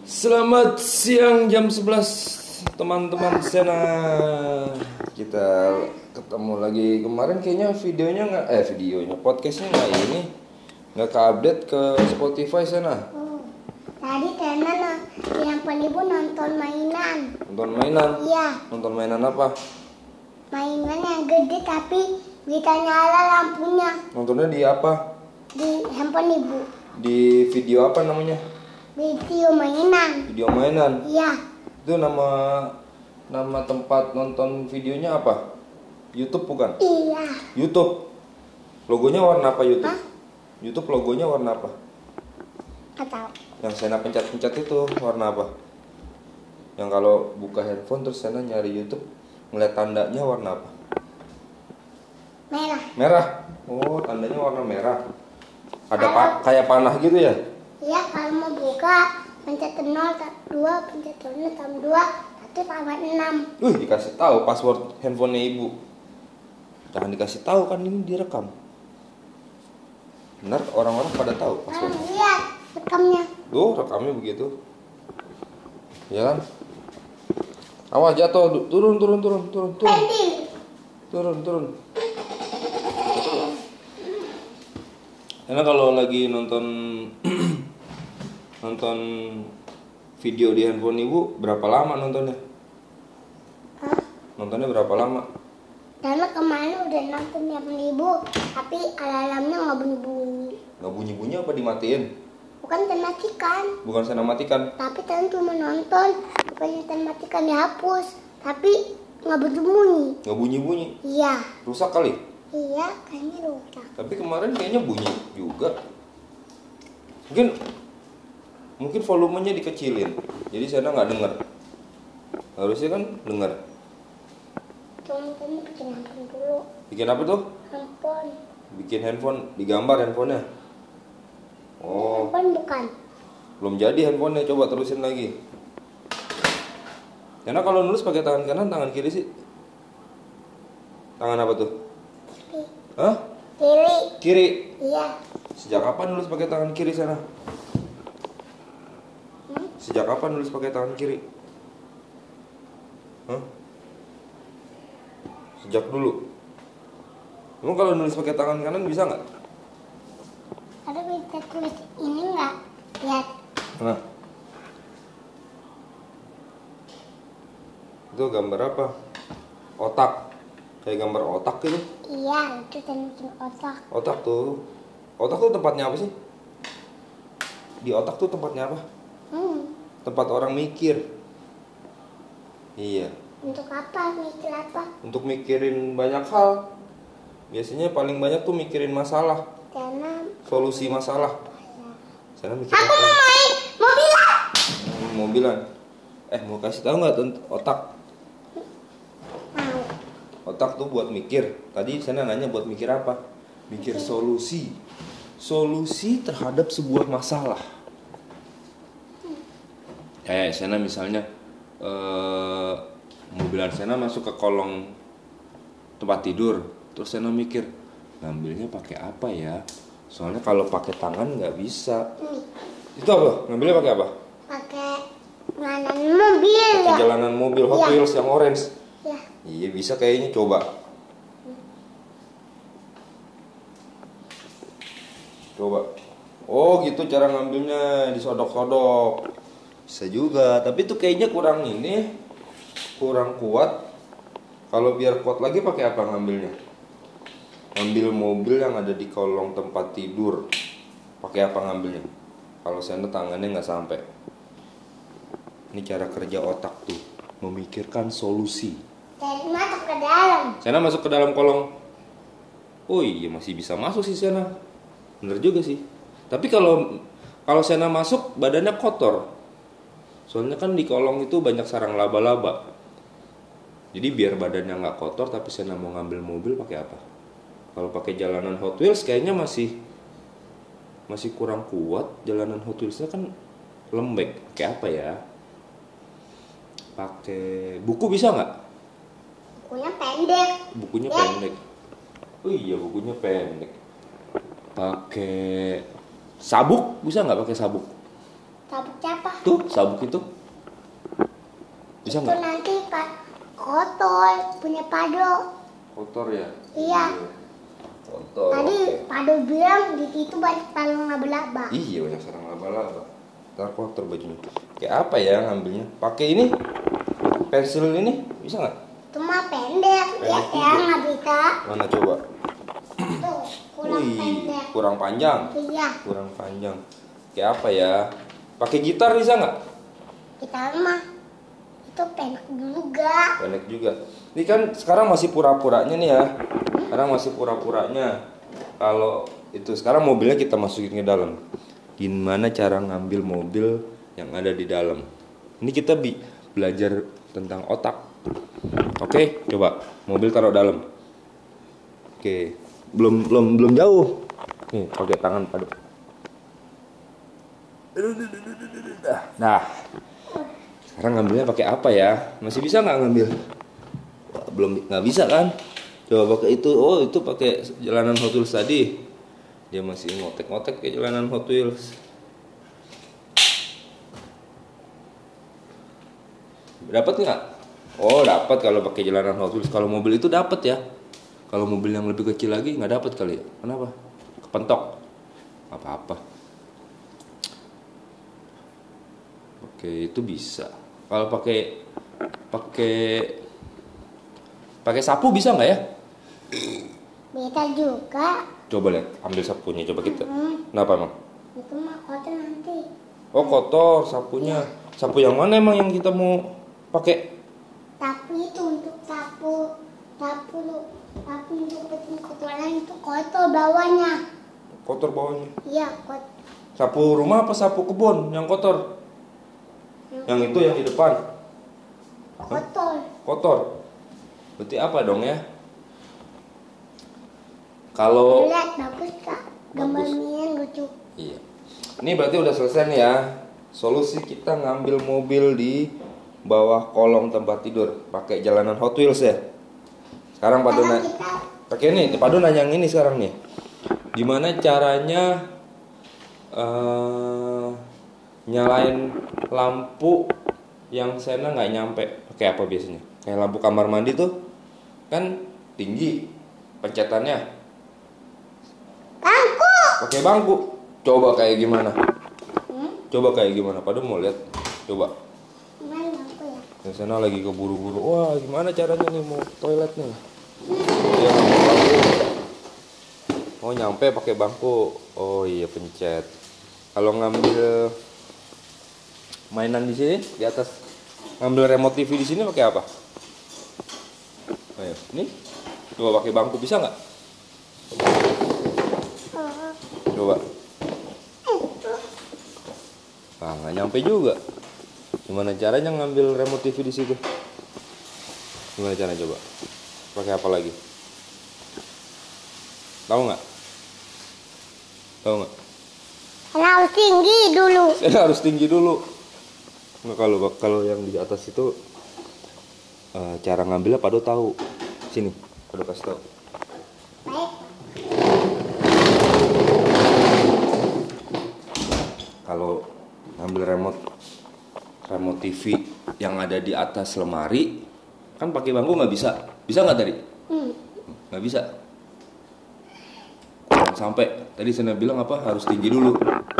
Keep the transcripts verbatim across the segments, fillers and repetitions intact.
Selamat siang jam sebelas teman-teman Sena. Kita ketemu lagi. Kemarin kayaknya videonya nggak eh videonya podcastnya nggak ini nggak ke-update ke Spotify Sena. Oh, tadi Tena yang ibu nonton mainan. Nonton mainan? Iya. Nonton mainan apa? Mainan yang gede tapi bisa nyala lampunya. Nontonnya di apa? Di handphone ibu. Di video apa namanya? Video mainan. Video mainan? Iya. Itu nama nama tempat nonton videonya apa? YouTube bukan? Iya. YouTube. Logonya warna apa YouTube? Hah? YouTube logonya warna apa? Atau Yang Sena pencet-pencet itu warna apa? Yang kalau buka handphone terus Sena nyari YouTube ngeliat tandanya warna apa? merah. Merah. Oh, tandanya warna merah. Ada pa- kayak panah gitu ya? Iya, kalau mau buka pencet nol, dua, pencet nol, tambah dua, satu tambah enam. Wih, dikasih tahu password handphonenya ibu. Jangan dikasih tahu kan ini direkam. Benar, orang-orang pada tahu Nah, password. lihat rekamnya. Tuh, rekamnya begitu. Ya kan? Awas jatuh, turun, turun, turun, turun, turun, Pendil. turun, turun. Karena kalau lagi nonton nonton video di handphone ibu, berapa lama nontonnya? Hah? Nontonnya berapa lama? Karena kemarin udah nonton yang ibu, tapi alarmnya nggak bunyi-bunyi. Nggak bunyi-bunyi apa dimatiin? Bukan tematikan, Bukan Sena matikan. tapi Tan cuma nonton. Bukannya tematikan dihapus, tapi nggak bunyi-bunyi. Nggak bunyi-bunyi. Iya, Rusak kali. iya, kayaknya rusak. Tapi kemarin kayaknya bunyi juga. Mungkin mungkin volumenya dikecilin. Jadi Sena nggak dengar. Harusnya kan dengar. Cuma tadi bikin handphone dulu. Bikin apa tuh? Handphone. Bikin handphone, digambar handphonenya. Oh, Handphone bukan. belum jadi handphonenya. Coba terusin lagi. Karena kalau nulis pakai tangan kanan, tangan kiri sih. Tangan apa tuh? Kiri. Hah? Kiri. Kiri. Iya. Sejak kapan nulis pakai tangan kiri Sena? Hmm? Sejak kapan nulis pakai tangan kiri? Hah? Sejak dulu. Emang kalau nulis pakai tangan kanan bisa nggak? Ada bisa tulis ini nggak? Lihat. Nah, itu gambar apa? Otak. Kayak gambar otak gitu. Iya, itu bikin otak. Otak tuh. Otak tuh tempatnya apa sih? Di otak tuh tempatnya apa? Hmm. Tempat orang mikir. Iya. Untuk apa? Mikir apa? Untuk mikirin banyak hal. Biasanya paling banyak tuh mikirin masalah, Karena solusi masalah. Sana mikir aku apa? mau main mobilan. Hmm, mobilan. Eh, mau kasih tahu nggak tuh otak? Mau. Otak tuh buat mikir. Tadi Sena nanya buat mikir apa? Mikir solusi. Solusi terhadap sebuah masalah. Kayak Sena misalnya eh, mobilan Sena masuk ke kolong tempat tidur. Terus Sena mikir, ngambilnya pakai apa ya? Soalnya kalau pakai tangan nggak bisa. Nih, Itu apa? Ngambilnya pakai apa? pakai jalanan mobil Pakai ya. jalanan mobil Hot Iya. Wheels yang orange. Ya. Iya bisa kayaknya, coba. Coba. Oh gitu cara ngambilnya, disodok-sodok. Bisa juga, tapi itu kayaknya kurang ini, kurang kuat. Kalau biar kuat lagi pakai apa ngambilnya? Ngambil mobil yang ada di kolong tempat tidur. Pakai apa ngambilnya? Kalau Sena tangannya nggak sampai. Ini cara kerja otak tuh, memikirkan solusi. Jadi masuk ke dalam. Sena masuk ke dalam kolong. Oh iya masih bisa masuk sih Sena. Bener juga sih. Tapi kalau kalau Sena masuk badannya kotor. Soalnya kan di kolong itu banyak sarang laba-laba. Jadi biar badannya nggak kotor tapi Sena mau ngambil mobil pakai apa? Kalau pakai jalanan Hot Wheels kayaknya masih masih kurang kuat. Jalanan Hot Wheelsnya kan lembek. Kayak apa ya? Pakai buku bisa nggak? Bukunya pendek. Bukunya Ya. pendek. Oh iya bukunya pendek. Pakai sabuk bisa nggak pakai sabuk? Sabuk siapa? Tuh, sabuk itu. Bisa Itu nggak? nanti Pak kotor punya Pado. Kotor ya? Iya. Kotor. Tadi oke. Pado bilang di situ banyak sarang laba-laba. Iya, banyak sarang laba-laba. Ntar kotor bajunya. Kayak apa ya ngambilnya? Pakai ini? Pensil ini bisa nggak? Cuma pendek, ya Pendek ya juga. nggak bisa. Mana coba? Tuh, kurang Wih, pendek. kurang panjang. Iya, Kurang panjang. Kayak apa ya? Pakai gitar bisa nggak? kita mah itu pendek juga. Pendek juga. Ini kan sekarang masih pura-puranya nih ya. Sekarang masih pura-puranya. Kalau itu sekarang mobilnya kita masukin ke dalam. Gimana cara ngambil mobil yang ada di dalam? Ini kita bi belajar tentang otak. Oke, coba mobil taruh dalam. Oke, belum belum belum jauh. Nih, pakai tangan padu. Nah, sekarang ngambilnya pakai apa ya? Masih bisa nggak ngambil? Wah, belum nggak bisa kan? Coba pakai itu. Oh, itu pakai jalanan Hot Wheels tadi. Dia masih ngotek-ngotek kayak jalanan Hot Wheels. Dapat nggak? Oh, dapat kalau pakai jalanan Hot Wheels. Kalau mobil itu dapat ya. Kalau mobil yang lebih kecil lagi nggak dapat kali ya. Kenapa? Kepentok. Apa-apa. Oke, itu bisa. Kalau pakai pakai pakai sapu bisa nggak ya? Bisa juga. Coba lihat, ambil sapunya coba kita. Hmm, Kenapa emang? itu mah kotor nanti. Oh, kotor sapunya. Sapu yang mana emang yang kita mau pakai? Tapi itu untuk sapu, sapu, sapu untuk bersih kotoran itu kotor bawahnya. Kotor bawahnya. Iya, kotor. Sapu rumah apa sapu kebun yang kotor? Yang itu yang di depan. Kotor. Kotor. Berarti apa dong ya? Kalau Lihat bagus kak, gambar Bagus. Mian lucu. iya. Ini berarti udah selesai nih ya. Solusi kita ngambil mobil di bawah kolong tempat tidur pakai jalanan Hot Wheels ya. Sekarang Padu Sekarang na- kita pakai ini, Padu nanya yang ini sekarang nih. Gimana caranya eh, nyalain lampu yang Sena nggak nyampe? Pakai apa biasanya? Kayak lampu kamar mandi tuh kan tinggi pencetannya. bangku. Pakai bangku. Coba kayak gimana? Hmm? Coba kayak gimana? Padu mau lihat. Coba. Mana bangku ya? Yang sana lagi keburu-buru. Wah, gimana caranya nih mau toilet nih? Dia ngambil bangku. Oh, nyampe pakai bangku. Oh iya, pencet. Kalau ngambil mainan di sini di atas, ngambil remote T V di sini pakai apa? Ayo, ini. Coba pakai bangku bisa nggak? Oh, Coba. itu. Ah, nggak nyampe juga. Gimana caranya ngambil remote T V di situ? Gimana caranya coba? Pakai apa lagi? Tahu nggak? Tahu nggak? Karena harus tinggi dulu. Saya harus tinggi dulu. Nggak, kalau kalau yang di atas itu eh, cara ngambilnya Pado tahu. Sini, Pado kasih tahu. Baik. Kalau ngambil remote remote T V yang ada di atas lemari, kan pakai bangku nggak bisa. Bisa nggak tadi? Hmm. Nggak bisa. Kurang sampai. Tadi saya bilang apa? Harus tinggi dulu.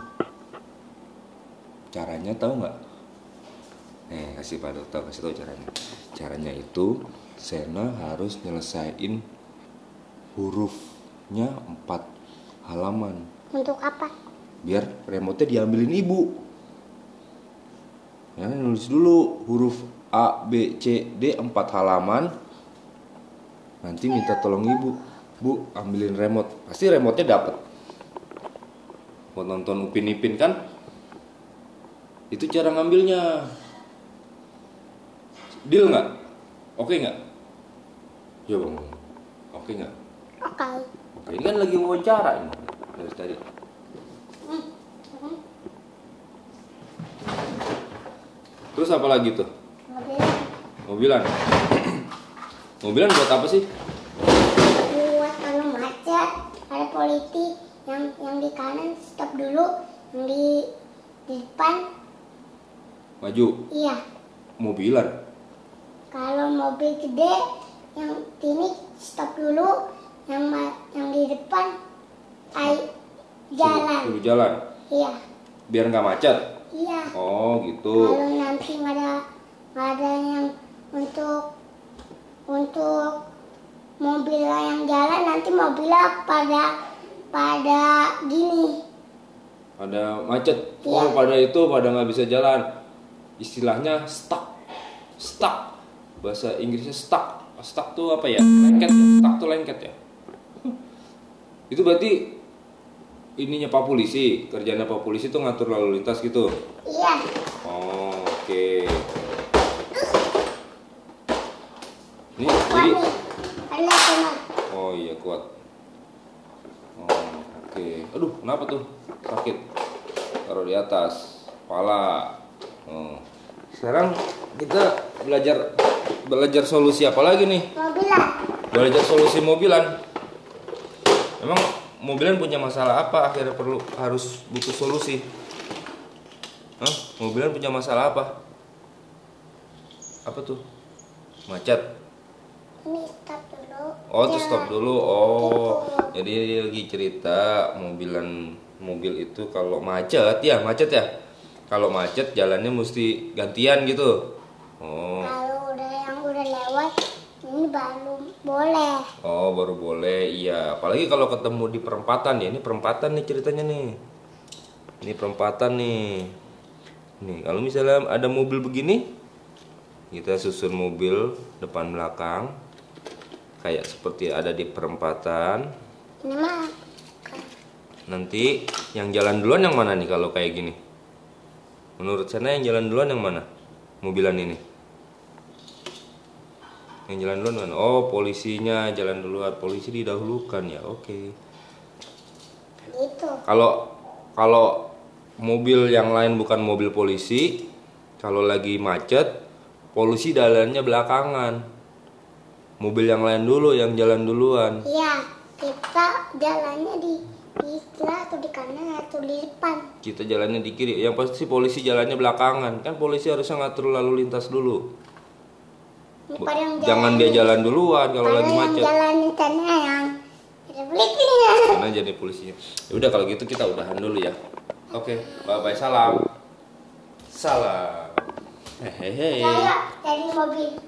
Caranya tahu nggak? Nih, kasih Pado tahu, kasih tahu caranya. Caranya itu Sena harus nyelesain hurufnya empat halaman. Untuk apa? Biar remote-nya diambilin ibu. Ya, nulis dulu huruf A, B, C, D empat halaman. Nanti minta tolong ibu. Bu, ambilin remote. Pasti remote-nya dapat. Buat nonton Upin Ipin kan? Itu cara ngambilnya. Deal nggak? Oke nggak? Coba. Oke nggak? Oke. Oke, ini kan lagi wawancara ini dari tadi. Hmm. Hmm. Terus apa lagi tuh? Mobil Mobilan. Mobilan buat apa sih? buat kalau macet ada polisi yang yang di kanan stop dulu, yang di di depan Maju. Iya. Mobilan. Kalau mobil gede yang ini stop dulu, yang ma- yang di depan ay jalan. Suruh jalan. Iya. Biar nggak macet. Iya. Oh gitu. Kalau nanti nggak ada nggak ada yang untuk untuk mobil yang jalan, nanti mobilnya pada pada gini. Pada macet. Iya. Oh pada itu pada nggak bisa jalan. Istilahnya stuck. Stuck. Bahasa Inggrisnya stuck. Stuck tuh apa ya? Lengket ya. Stuck tuh lengket ya. Itu berarti ininya Pak Polisi, kerjanya Pak Polisi tuh ngatur lalu lintas gitu. Iya. Oh, oke. Ini Kuat jadi nih. Ada teman. oh iya kuat. Oh, oke. Aduh, kenapa tuh? Sakit. Taruh di atas kepala. Oh. Sekarang kita belajar belajar solusi apa lagi nih? Mobilan. Belajar solusi mobilan. Emang mobilan punya masalah apa akhirnya perlu harus butuh solusi? Hah? Mobilan punya masalah apa? Apa tuh? Macet. Ini stop dulu. Oh, itu Ya. stop dulu. Oh, jadi dia lagi cerita mobilan mobil itu kalau macet ya macet ya. Kalau macet jalannya mesti gantian gitu. Oh. Kalau udah yang udah lewat, ini baru boleh. Oh baru boleh, iya. Apalagi kalau ketemu di perempatan ya. Ini perempatan nih ceritanya nih. Ini perempatan nih. Nih kalau misalnya ada mobil begini, kita susun mobil depan belakang, kayak seperti ada di perempatan. Ini mah Nanti yang jalan duluan yang mana nih kalau kayak gini? Menurut sana yang jalan duluan yang mana? Mobilan ini. Yang jalan duluan mana? Oh polisinya jalan duluan. Polisi didahulukan ya. Oke. gitu. Kalau kalau mobil yang lain bukan mobil polisi, kalau lagi macet, polisi jalannya belakangan. Mobil yang lain dulu yang jalan duluan. Iya, kita jalannya di di sebelah atau di kanan atau di depan. Kita jalannya di kiri. Yang pasti polisi jalannya belakangan. Kan polisi harusnya ngatur lalu lintas dulu. Ini pada yang Jangan dia jalan duluan kalau Kalau lagi yang macet. jalan sana yang republiknya. Karena jadi polisinya. Ya udah kalau gitu kita udahan dulu ya. Oke, bye bye, salam. Salam. Hehehe. Saya dari mobil.